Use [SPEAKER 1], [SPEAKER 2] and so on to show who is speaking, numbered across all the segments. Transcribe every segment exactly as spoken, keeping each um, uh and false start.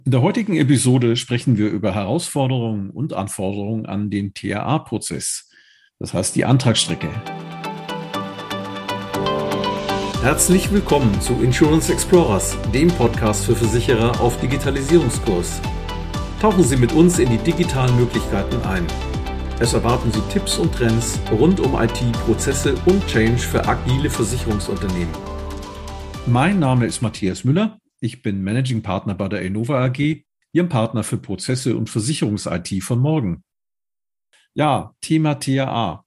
[SPEAKER 1] In der heutigen Episode sprechen wir über Herausforderungen und Anforderungen an den T A A-Prozess, das heißt die Antragsstrecke.
[SPEAKER 2] Herzlich willkommen zu Insurance Explorers, dem Podcast für Versicherer auf Digitalisierungskurs. Tauchen Sie mit uns in die digitalen Möglichkeiten ein. Es erwarten Sie Tipps und Trends rund um I T, Prozesse und Change für agile Versicherungsunternehmen.
[SPEAKER 1] Mein Name ist Matthias Müller. Ich bin Managing Partner bei der Enova A G, Ihrem Partner für Prozesse und Versicherungs-I T von morgen. Ja, Thema T A A.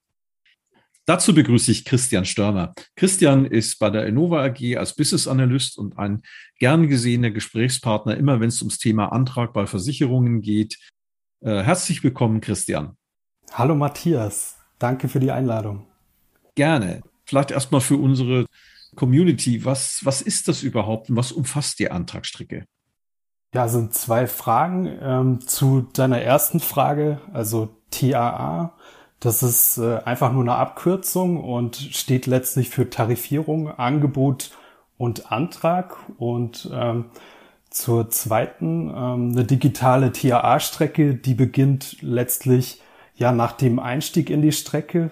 [SPEAKER 1] Dazu begrüße ich Christian Störmer. Christian ist bei der Enova A G als Business Analyst und ein gern gesehener Gesprächspartner, immer wenn es ums Thema Antrag bei Versicherungen geht. Äh, herzlich willkommen, Christian.
[SPEAKER 3] Hallo Matthias, danke für die Einladung.
[SPEAKER 1] Gerne. Vielleicht erstmal für unsere Community, was, was ist das überhaupt und was umfasst die Antragsstrecke?
[SPEAKER 3] Ja, sind zwei Fragen ähm, zu deiner ersten Frage, also T A A. Das ist äh, einfach nur eine Abkürzung und steht letztlich für Tarifierung, Angebot und Antrag. Und ähm, zur zweiten, ähm, eine digitale T A A-Strecke, die beginnt letztlich ja nach dem Einstieg in die Strecke.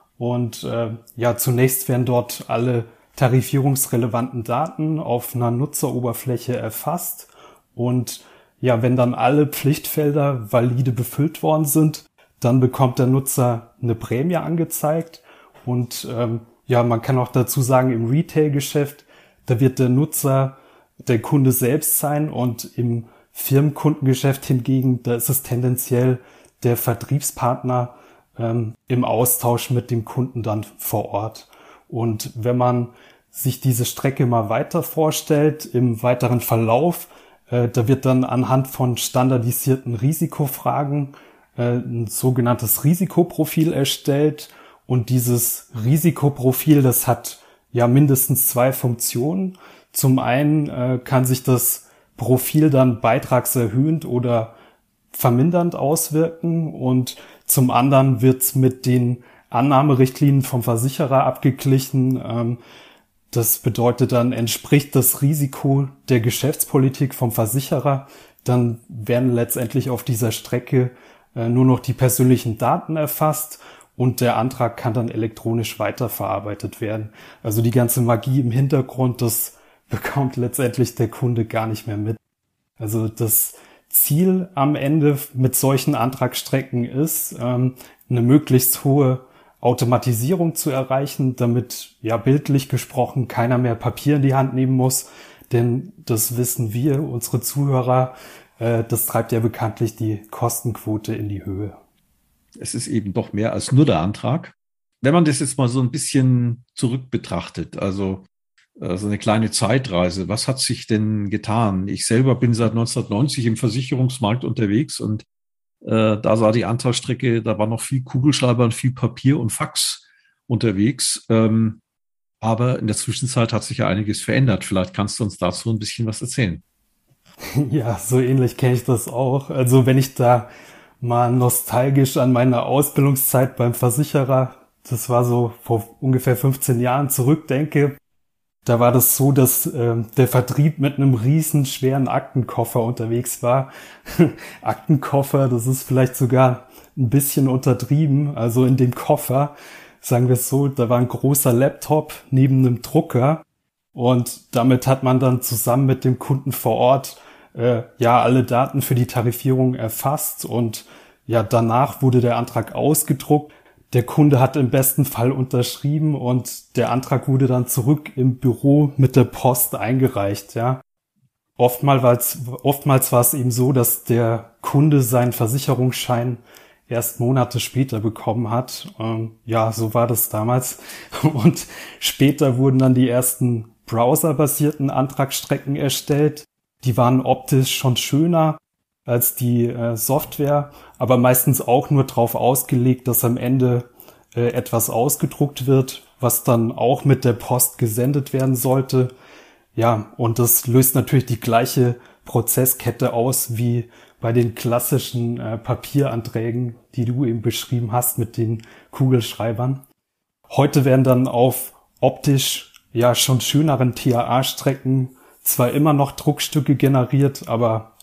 [SPEAKER 3] Und äh, ja, zunächst werden dort alle tarifierungsrelevanten Daten auf einer Nutzeroberfläche erfasst. Und ja, wenn dann alle Pflichtfelder valide befüllt worden sind, dann bekommt der Nutzer eine Prämie angezeigt. Und ähm, ja, man kann auch dazu sagen, im Retail-Geschäft, da wird der Nutzer der Kunde selbst sein, und im Firmenkundengeschäft hingegen, da ist es tendenziell der Vertriebspartner ähm, im Austausch mit dem Kunden dann vor Ort. Und wenn man sich diese Strecke mal weiter vorstellt, im weiteren Verlauf, äh, da wird dann anhand von standardisierten Risikofragen äh, ein sogenanntes Risikoprofil erstellt. Und dieses Risikoprofil, das hat ja mindestens zwei Funktionen. Zum einen äh, kann sich das Profil dann beitragserhöhend oder vermindernd auswirken, und zum anderen wird's mit den Annahmerichtlinien vom Versicherer abgeglichen. Das bedeutet dann, entspricht das Risiko der Geschäftspolitik vom Versicherer, dann werden letztendlich auf dieser Strecke nur noch die persönlichen Daten erfasst und der Antrag kann dann elektronisch weiterverarbeitet werden. Also die ganze Magie im Hintergrund, das bekommt letztendlich der Kunde gar nicht mehr mit. Also das Ziel am Ende mit solchen Antragsstrecken ist, eine möglichst hohe Automatisierung zu erreichen, damit, ja, bildlich gesprochen, keiner mehr Papier in die Hand nehmen muss. Denn das wissen wir, unsere Zuhörer, äh, das treibt ja bekanntlich die Kostenquote in die Höhe.
[SPEAKER 1] Es ist eben doch mehr als nur der Antrag. Wenn man das jetzt mal so ein bisschen zurück betrachtet, also äh, so eine kleine Zeitreise, was hat sich denn getan? Ich selber bin seit neunzehnhundertneunzig im Versicherungsmarkt unterwegs und Äh, da sah die Antragsstrecke, da war noch viel Kugelschreiber und viel Papier und Fax unterwegs. Ähm, aber in der Zwischenzeit hat sich ja einiges verändert. Vielleicht kannst du uns dazu ein bisschen was erzählen.
[SPEAKER 3] Ja, so ähnlich kenne ich das auch. Also wenn ich da mal nostalgisch an meine Ausbildungszeit beim Versicherer, das war so vor ungefähr fünfzehn Jahren, zurückdenke, da war das so, dass äh, der Vertrieb mit einem riesen schweren Aktenkoffer unterwegs war. Aktenkoffer, das ist vielleicht sogar ein bisschen untertrieben. Also in dem Koffer, sagen wir es so, da war ein großer Laptop neben einem Drucker. Und damit hat man dann zusammen mit dem Kunden vor Ort äh, ja alle Daten für die Tarifierung erfasst. Und ja, danach wurde der Antrag ausgedruckt. Der Kunde hat im besten Fall unterschrieben und der Antrag wurde dann zurück im Büro mit der Post eingereicht, ja. Oftmals, oftmals war es eben so, dass der Kunde seinen Versicherungsschein erst Monate später bekommen hat. Ähm, ja, so war das damals. Und später wurden dann die ersten browserbasierten Antragsstrecken erstellt. Die waren optisch schon schöner als die äh, Software, aber meistens auch nur darauf ausgelegt, dass am Ende äh, etwas ausgedruckt wird, was dann auch mit der Post gesendet werden sollte. Ja, und das löst natürlich die gleiche Prozesskette aus wie bei den klassischen äh, Papieranträgen, die du eben beschrieben hast mit den Kugelschreibern. Heute werden dann auf optisch ja schon schöneren T A A-Strecken zwar immer noch Druckstücke generiert, aber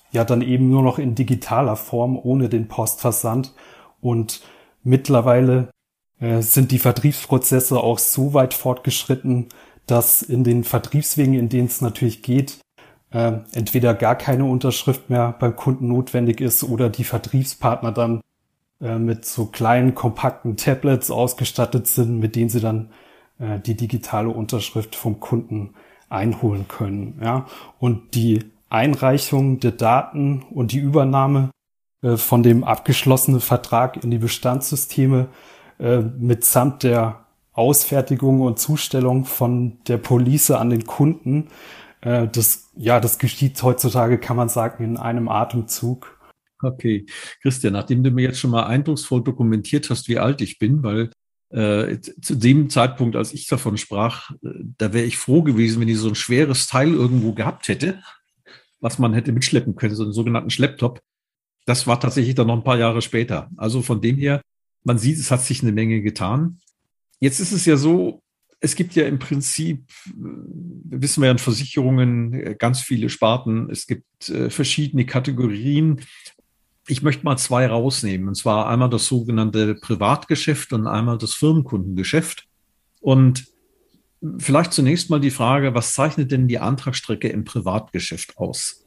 [SPEAKER 3] ja dann eben nur noch in digitaler Form ohne den Postversand. Und mittlerweile äh, sind die Vertriebsprozesse auch so weit fortgeschritten, dass in den Vertriebswegen, in denen es natürlich geht, äh, entweder gar keine Unterschrift mehr beim Kunden notwendig ist oder die Vertriebspartner dann äh, mit so kleinen, kompakten Tablets ausgestattet sind, mit denen sie dann äh, die digitale Unterschrift vom Kunden einholen können. Ja? Und die Einreichung der Daten und die Übernahme äh, von dem abgeschlossenen Vertrag in die Bestandssysteme äh, mitsamt der Ausfertigung und Zustellung von der Police an den Kunden, äh, das, ja, das geschieht heutzutage, kann man sagen, in einem Atemzug.
[SPEAKER 1] Okay. Christian, nachdem du mir jetzt schon mal eindrucksvoll dokumentiert hast, wie alt ich bin, weil äh, zu dem Zeitpunkt, als ich davon sprach, äh, da wäre ich froh gewesen, wenn ich so ein schweres Teil irgendwo gehabt hätte, was man hätte mitschleppen können, so einen sogenannten Schlepptop. Das war tatsächlich dann noch ein paar Jahre später. Also von dem her, man sieht, es hat sich eine Menge getan. Jetzt ist es ja so, es gibt ja im Prinzip, wissen wir ja in Versicherungen, ganz viele Sparten. Es gibt äh, verschiedene Kategorien. Ich möchte mal zwei rausnehmen. Und zwar einmal das sogenannte Privatgeschäft und einmal das Firmenkundengeschäft. Und vielleicht zunächst mal die Frage, was zeichnet denn die Antragsstrecke im Privatgeschäft aus?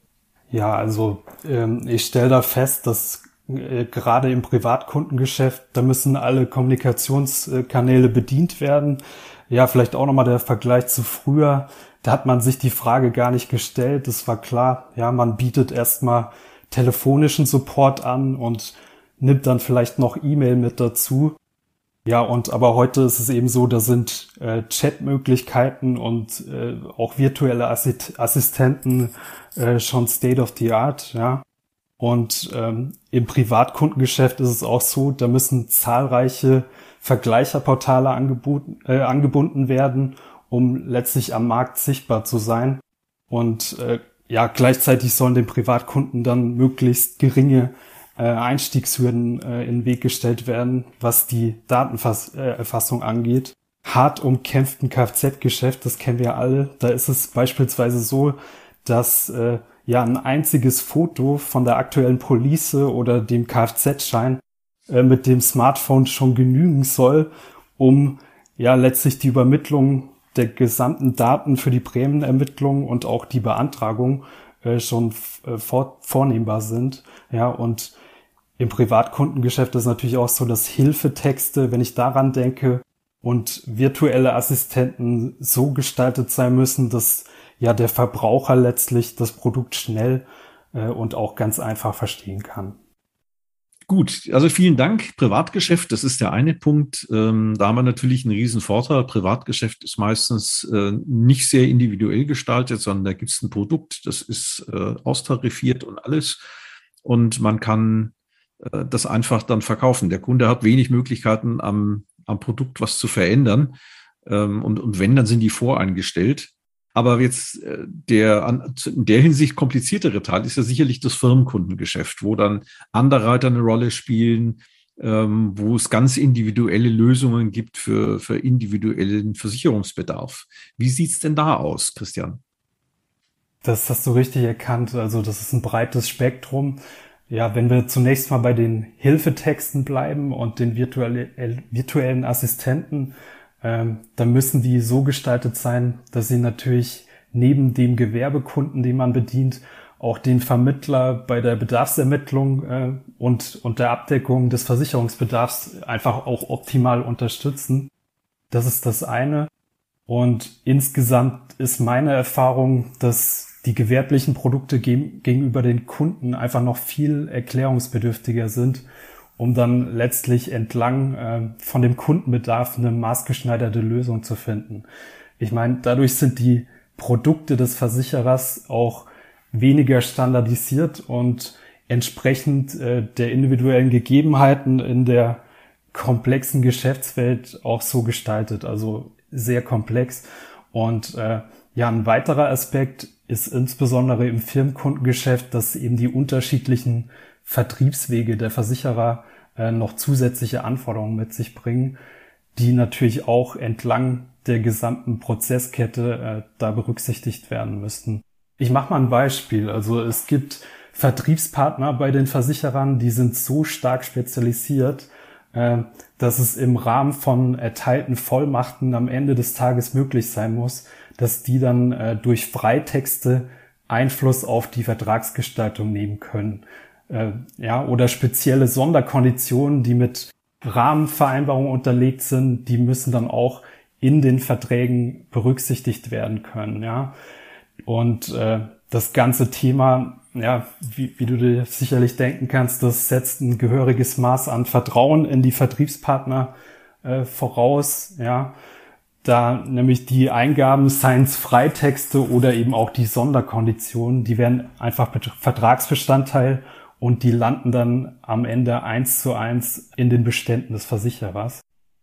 [SPEAKER 3] Ja, also ähm, ich stelle da fest, dass äh, gerade im Privatkundengeschäft, da müssen alle Kommunikationskanäle bedient werden. Ja, vielleicht auch nochmal der Vergleich zu früher. Da hat man sich die Frage gar nicht gestellt. Das war klar, ja, man bietet erstmal telefonischen Support an und nimmt dann vielleicht noch E-Mail mit dazu. Ja, und aber heute ist es eben so, da sind äh, Chatmöglichkeiten und äh, auch virtuelle Assit- Assistenten äh, schon State of the Art, ja. Und ähm, im Privatkundengeschäft ist es auch so, da müssen zahlreiche Vergleicherportale angeboten, äh, angebunden werden, um letztlich am Markt sichtbar zu sein. Und äh, ja, gleichzeitig sollen den Privatkunden dann möglichst geringe äh, Einstiegshürden äh, in den Weg gestellt werden, was die Datenerfassung äh, angeht. Hart umkämpften Kfz-Geschäft, das kennen wir alle. Da ist es beispielsweise so, dass äh, ja ein einziges Foto von der aktuellen Police oder dem Kfz-Schein äh, mit dem Smartphone schon genügen soll, um ja letztlich die Übermittlung der gesamten Daten für die Prämienermittlung und auch die Beantragung äh, schon äh, vor, vornehmbar sind. Ja, und im Privatkundengeschäft ist natürlich auch so, dass Hilfetexte, wenn ich daran denke, und virtuelle Assistenten so gestaltet sein müssen, dass ja der Verbraucher letztlich das Produkt schnell äh, und auch ganz einfach verstehen kann.
[SPEAKER 1] Gut, also vielen Dank. Privatgeschäft, das ist der eine Punkt. Ähm, da haben wir natürlich einen riesen Vorteil. Privatgeschäft ist meistens äh, nicht sehr individuell gestaltet, sondern da gibt es ein Produkt, das ist äh, austarifiert und alles. Und man kann äh, das einfach dann verkaufen. Der Kunde hat wenig Möglichkeiten, am, am Produkt was zu verändern. Ähm, und, und wenn, dann sind die voreingestellt. Aber jetzt äh, der in der Hinsicht kompliziertere Teil ist ja sicherlich das Firmenkundengeschäft, wo dann Underwriter eine Rolle spielen, ähm, wo es ganz individuelle Lösungen gibt für, für individuellen Versicherungsbedarf. Wie sieht's denn da aus, Christian?
[SPEAKER 3] Das hast du richtig erkannt. Also das ist ein breites Spektrum. Ja, wenn wir zunächst mal bei den Hilfetexten bleiben und den virtuelle, virtuellen Assistenten, Ähm, dann müssen die so gestaltet sein, dass sie natürlich neben dem Gewerbekunden, den man bedient, auch den Vermittler bei der Bedarfsermittlung äh, und, und der Abdeckung des Versicherungsbedarfs einfach auch optimal unterstützen. Das ist das eine. Und insgesamt ist meine Erfahrung, dass die gewerblichen Produkte ge- gegenüber den Kunden einfach noch viel erklärungsbedürftiger sind, um dann letztlich entlang äh, von dem Kundenbedarf eine maßgeschneiderte Lösung zu finden. Ich meine, dadurch sind die Produkte des Versicherers auch weniger standardisiert und entsprechend äh, der individuellen Gegebenheiten in der komplexen Geschäftswelt auch so gestaltet, also sehr komplex. Und äh, ja, ein weiterer Aspekt ist insbesondere im Firmenkundengeschäft, dass eben die unterschiedlichen Vertriebswege der Versicherer äh, noch zusätzliche Anforderungen mit sich bringen, die natürlich auch entlang der gesamten Prozesskette äh, da berücksichtigt werden müssten. Ich mache mal ein Beispiel. Also es gibt Vertriebspartner bei den Versicherern, die sind so stark spezialisiert, äh, dass es im Rahmen von erteilten Vollmachten am Ende des Tages möglich sein muss, dass die dann äh, durch Freitexte Einfluss auf die Vertragsgestaltung nehmen können. Äh, ja, oder spezielle Sonderkonditionen, die mit Rahmenvereinbarungen unterlegt sind, die müssen dann auch in den Verträgen berücksichtigt werden können, ja. Und äh, das ganze Thema, ja, wie, wie du dir sicherlich denken kannst, das setzt ein gehöriges Maß an Vertrauen in die Vertriebspartner äh, voraus, ja. Da nämlich die Eingaben, seien es Freitexte oder eben auch die Sonderkonditionen, die werden einfach Vertragsbestandteil und die landen dann am Ende eins zu eins in den Beständen des Versicherers.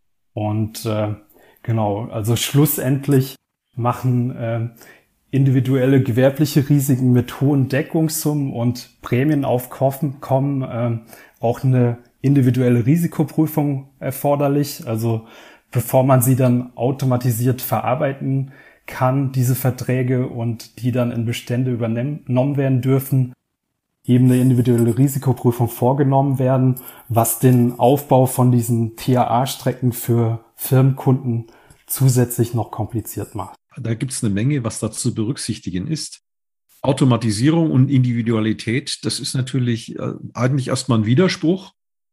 [SPEAKER 3] Und äh, genau, also schlussendlich machen äh, individuelle gewerbliche Risiken mit hohen Deckungssummen und Prämienaufkommen äh, auch eine individuelle Risikoprüfung erforderlich. Also bevor man sie dann automatisiert verarbeiten kann, diese Verträge, und die dann in Bestände übernommen werden dürfen, eben eine individuelle Risikoprüfung vorgenommen werden, was den Aufbau von diesen T A A-Strecken für Firmenkunden zusätzlich noch kompliziert macht.
[SPEAKER 1] Da gibt es eine Menge, was da zu berücksichtigen ist. Automatisierung und Individualität, das ist natürlich äh, eigentlich erstmal ein Widerspruch.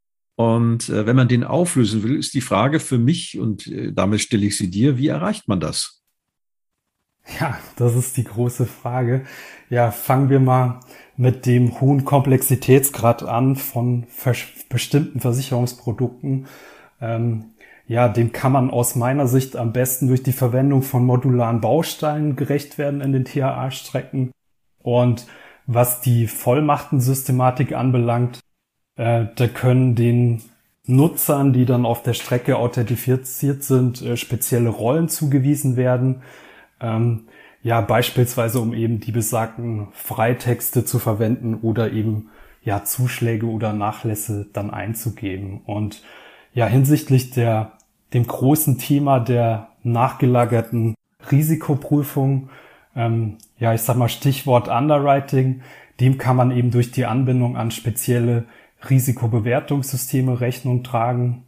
[SPEAKER 1] Und äh, wenn man den auflösen will, ist die Frage für mich, und äh, damit stelle ich sie dir, wie erreicht man das?
[SPEAKER 3] Ja, das ist die große Frage. Ja, fangen wir mal mit dem hohen Komplexitätsgrad an von vers- bestimmten Versicherungsprodukten. Ähm, ja, dem kann man aus meiner Sicht am besten durch die Verwendung von modularen Bausteinen gerecht werden in den T A A-Strecken. Und was die Vollmachtensystematik anbelangt, äh, da können den Nutzern, die dann auf der Strecke authentifiziert sind, äh, spezielle Rollen zugewiesen werden. Ähm, ja, beispielsweise um eben die besagten Freitexte zu verwenden oder eben ja Zuschläge oder Nachlässe dann einzugeben. Und ja, hinsichtlich der dem großen Thema der nachgelagerten Risikoprüfung, ähm, ja, ich sag mal Stichwort Underwriting, dem kann man eben durch die Anbindung an spezielle Risikobewertungssysteme Rechnung tragen.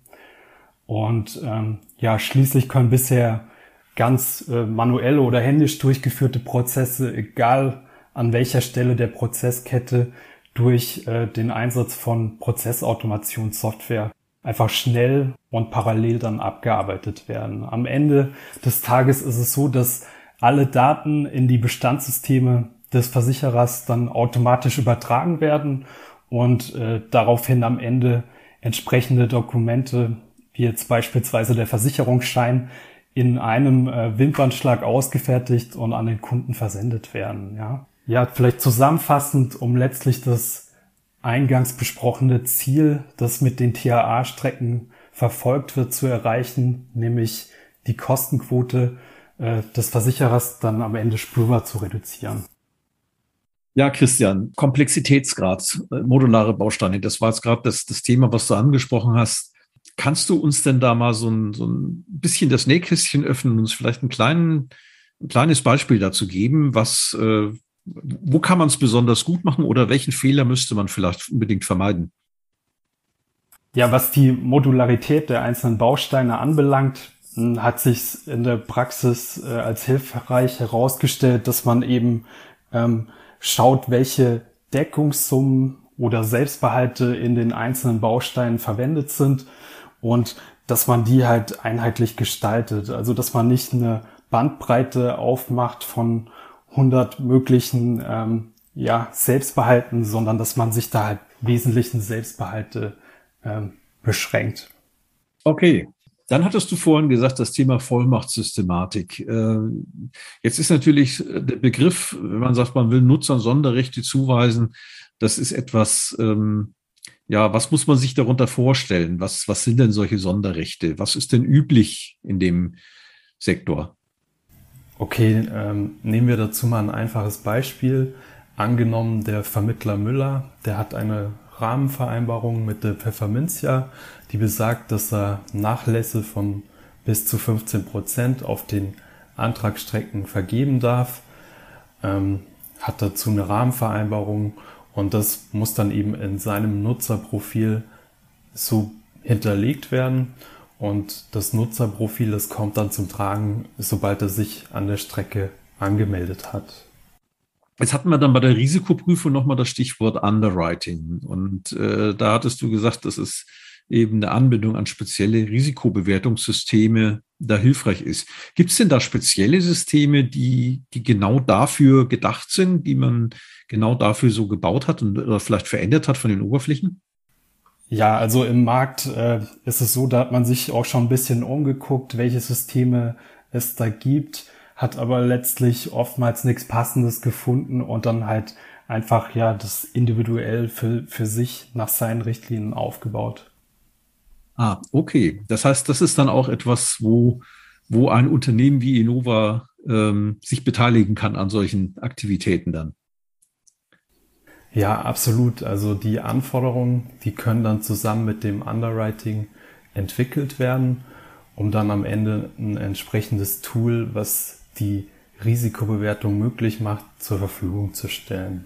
[SPEAKER 3] Und ähm, ja, schließlich können bisher ganz äh, manuelle oder händisch durchgeführte Prozesse, egal an welcher Stelle der Prozesskette, durch äh, den Einsatz von Prozessautomationssoftware einfach schnell und parallel dann abgearbeitet werden. Am Ende des Tages ist es so, dass alle Daten in die Bestandssysteme des Versicherers dann automatisch übertragen werden und äh, daraufhin am Ende entsprechende Dokumente, wie jetzt beispielsweise der Versicherungsschein, in einem äh, Wimpernschlag ausgefertigt und an den Kunden versendet werden. Ja, ja, vielleicht zusammenfassend, um letztlich das eingangs besprochene Ziel, das mit den T A A-Strecken verfolgt wird, zu erreichen, nämlich die Kostenquote äh, des Versicherers dann am Ende spürbar zu reduzieren.
[SPEAKER 1] Ja, Christian, Komplexitätsgrad, äh, modulare Bausteine, das war jetzt gerade das, das Thema, was du angesprochen hast. Kannst du uns denn da mal so ein, so ein bisschen das Nähkästchen öffnen und uns vielleicht einen kleinen, ein kleines Beispiel dazu geben, was äh, wo kann man es besonders gut machen oder welchen Fehler müsste man vielleicht unbedingt vermeiden?
[SPEAKER 3] Ja, was die Modularität der einzelnen Bausteine anbelangt, hat sich in der Praxis äh, als hilfreich herausgestellt, dass man eben ähm, schaut, welche Deckungssummen oder Selbstbehalte in den einzelnen Bausteinen verwendet sind und dass man die halt einheitlich gestaltet. Also dass man nicht eine Bandbreite aufmacht von hundert möglichen ähm, ja, Selbstbehalten, sondern dass man sich da halt wesentlichen Selbstbehalte ähm, beschränkt.
[SPEAKER 1] Okay, dann hattest du vorhin gesagt, das Thema Vollmachtssystematik. Äh, jetzt ist natürlich der Begriff, wenn man sagt, man will Nutzern Sonderrechte zuweisen, das ist etwas, ähm, ja, was muss man sich darunter vorstellen? Was, was sind denn solche Sonderrechte? Was ist denn üblich in dem Sektor?
[SPEAKER 3] Okay, ähm, nehmen wir dazu mal ein einfaches Beispiel. Angenommen, der Vermittler Müller, der hat eine Rahmenvereinbarung mit der Pfefferminzia, die besagt, dass er Nachlässe von bis zu fünfzehn Prozent auf den Antragsstrecken vergeben darf. Ähm, hat dazu eine Rahmenvereinbarung und das muss dann eben in seinem Nutzerprofil so hinterlegt werden. Und das Nutzerprofil, das kommt dann zum Tragen, sobald er sich an der Strecke angemeldet hat.
[SPEAKER 1] Jetzt hatten wir dann bei der Risikoprüfung nochmal das Stichwort Underwriting. Und äh, da hattest du gesagt, dass es eben eine Anbindung an spezielle Risikobewertungssysteme da hilfreich ist. Gibt es denn da spezielle Systeme, die, die genau dafür gedacht sind, die man genau dafür so gebaut hat und oder vielleicht verändert hat von den Oberflächen?
[SPEAKER 3] Ja, also im Markt äh, ist es so, da hat man sich auch schon ein bisschen umgeguckt, welche Systeme es da gibt, hat aber letztlich oftmals nichts Passendes gefunden und dann halt einfach ja das individuell für, für sich nach seinen Richtlinien aufgebaut.
[SPEAKER 1] Ah, okay. Das heißt, das ist dann auch etwas, wo, wo ein Unternehmen wie Innova ähm, sich beteiligen kann an solchen Aktivitäten dann.
[SPEAKER 3] Ja, absolut. Also die Anforderungen, die können dann zusammen mit dem Underwriting entwickelt werden, um dann am Ende ein entsprechendes Tool, was die Risikobewertung möglich macht, zur Verfügung zu stellen.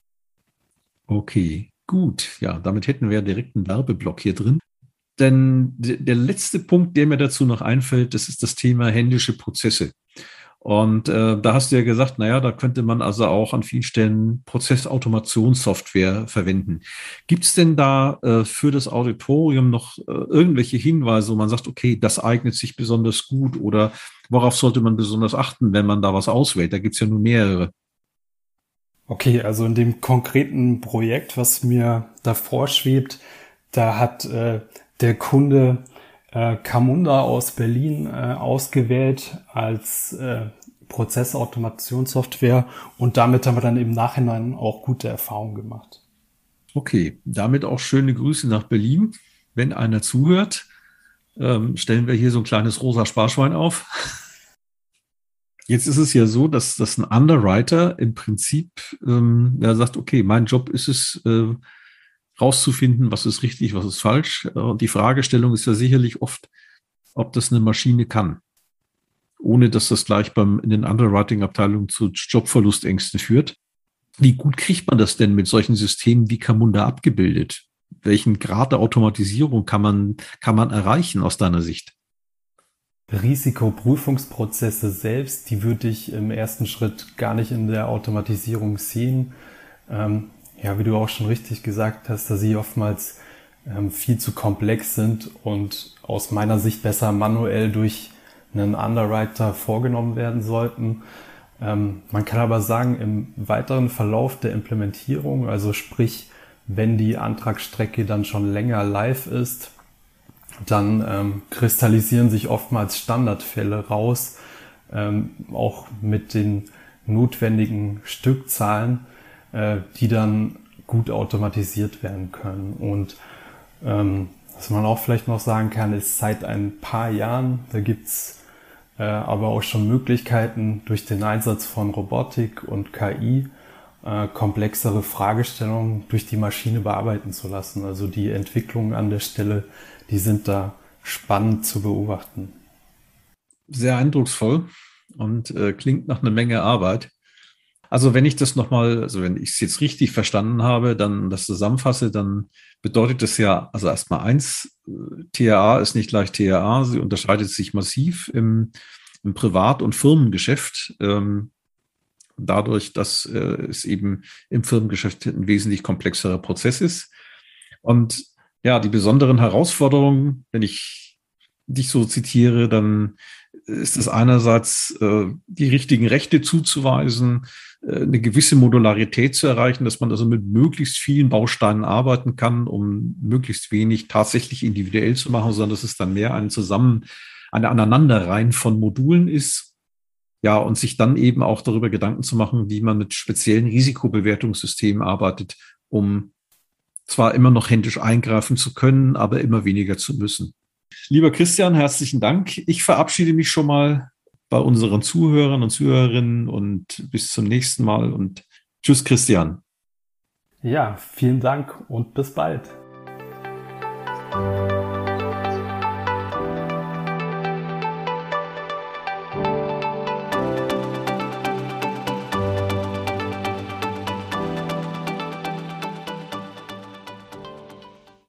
[SPEAKER 1] Okay, gut. Ja, damit hätten wir direkt einen Werbeblock hier drin. Denn der letzte Punkt, der mir dazu noch einfällt, das ist das Thema händische Prozesse. Und äh, da hast du ja gesagt, naja, da könnte man also auch an vielen Stellen Prozessautomationssoftware verwenden. Gibt es denn da äh, für das Auditorium noch äh, irgendwelche Hinweise, wo man sagt, okay, das eignet sich besonders gut oder worauf sollte man besonders achten, wenn man da was auswählt? Da gibt es ja nur mehrere.
[SPEAKER 3] Okay, also in dem konkreten Projekt, was mir davor schwebt, da hat äh, der Kunde äh, Camunda aus Berlin äh, ausgewählt als äh, Prozessautomationssoftware und damit haben wir dann im Nachhinein auch gute Erfahrungen gemacht.
[SPEAKER 1] Okay, damit auch schöne Grüße nach Berlin. Wenn einer zuhört, ähm, stellen wir hier so ein kleines rosa Sparschwein auf. Jetzt ist es ja so, dass, dass ein Underwriter im Prinzip ähm, ja, sagt, okay, mein Job ist es, äh, rauszufinden, was ist richtig, was ist falsch. Und die Fragestellung ist ja sicherlich oft, ob das eine Maschine kann, ohne dass das gleich beim in den Underwriting-Abteilungen zu Jobverlustängsten führt. Wie gut kriegt man das denn mit solchen Systemen wie Camunda abgebildet? Welchen Grad der Automatisierung kann man, kann man erreichen aus deiner Sicht?
[SPEAKER 3] Risikoprüfungsprozesse selbst, die würde ich im ersten Schritt gar nicht in der Automatisierung sehen. Ähm, ja, wie du auch schon richtig gesagt hast, dass sie oftmals ähm, viel zu komplex sind und aus meiner Sicht besser manuell durch einen Underwriter vorgenommen werden sollten. Ähm, man kann aber sagen, im weiteren Verlauf der Implementierung, also sprich, wenn die Antragsstrecke dann schon länger live ist, dann ähm, kristallisieren sich oftmals Standardfälle raus, ähm, auch mit den notwendigen Stückzahlen, äh, die dann gut automatisiert werden können. Und ähm, was man auch vielleicht noch sagen kann, ist seit ein paar Jahren, da gibt's äh, aber auch schon Möglichkeiten durch den Einsatz von Robotik und K I, äh, komplexere Fragestellungen durch die Maschine bearbeiten zu lassen. Also die Entwicklungen an der Stelle, die sind da spannend zu beobachten.
[SPEAKER 1] Sehr eindrucksvoll und äh, klingt nach einer Menge Arbeit. Also wenn ich das nochmal, also wenn ich es jetzt richtig verstanden habe, dann das zusammenfasse, dann bedeutet das ja, also erstmal eins, T A A ist nicht gleich T A A, sie unterscheidet sich massiv im, im Privat- und Firmengeschäft, ähm, dadurch, dass äh, es eben im Firmengeschäft ein wesentlich komplexerer Prozess ist. Und ja, die besonderen Herausforderungen, wenn ich dich so zitiere, dann ist es einerseits äh, die richtigen Rechte zuzuweisen, äh, eine gewisse Modularität zu erreichen, dass man also mit möglichst vielen Bausteinen arbeiten kann, um möglichst wenig tatsächlich individuell zu machen, sondern dass es dann mehr ein Zusammen, eine Aneinanderreihen von Modulen ist. Ja, und sich dann eben auch darüber Gedanken zu machen, wie man mit speziellen Risikobewertungssystemen arbeitet, um zwar immer noch händisch eingreifen zu können, aber immer weniger zu müssen. Lieber Christian, herzlichen Dank. Ich verabschiede mich schon mal bei unseren Zuhörern und Zuhörerinnen und bis zum nächsten Mal und tschüss, Christian.
[SPEAKER 3] Ja, vielen Dank und bis bald.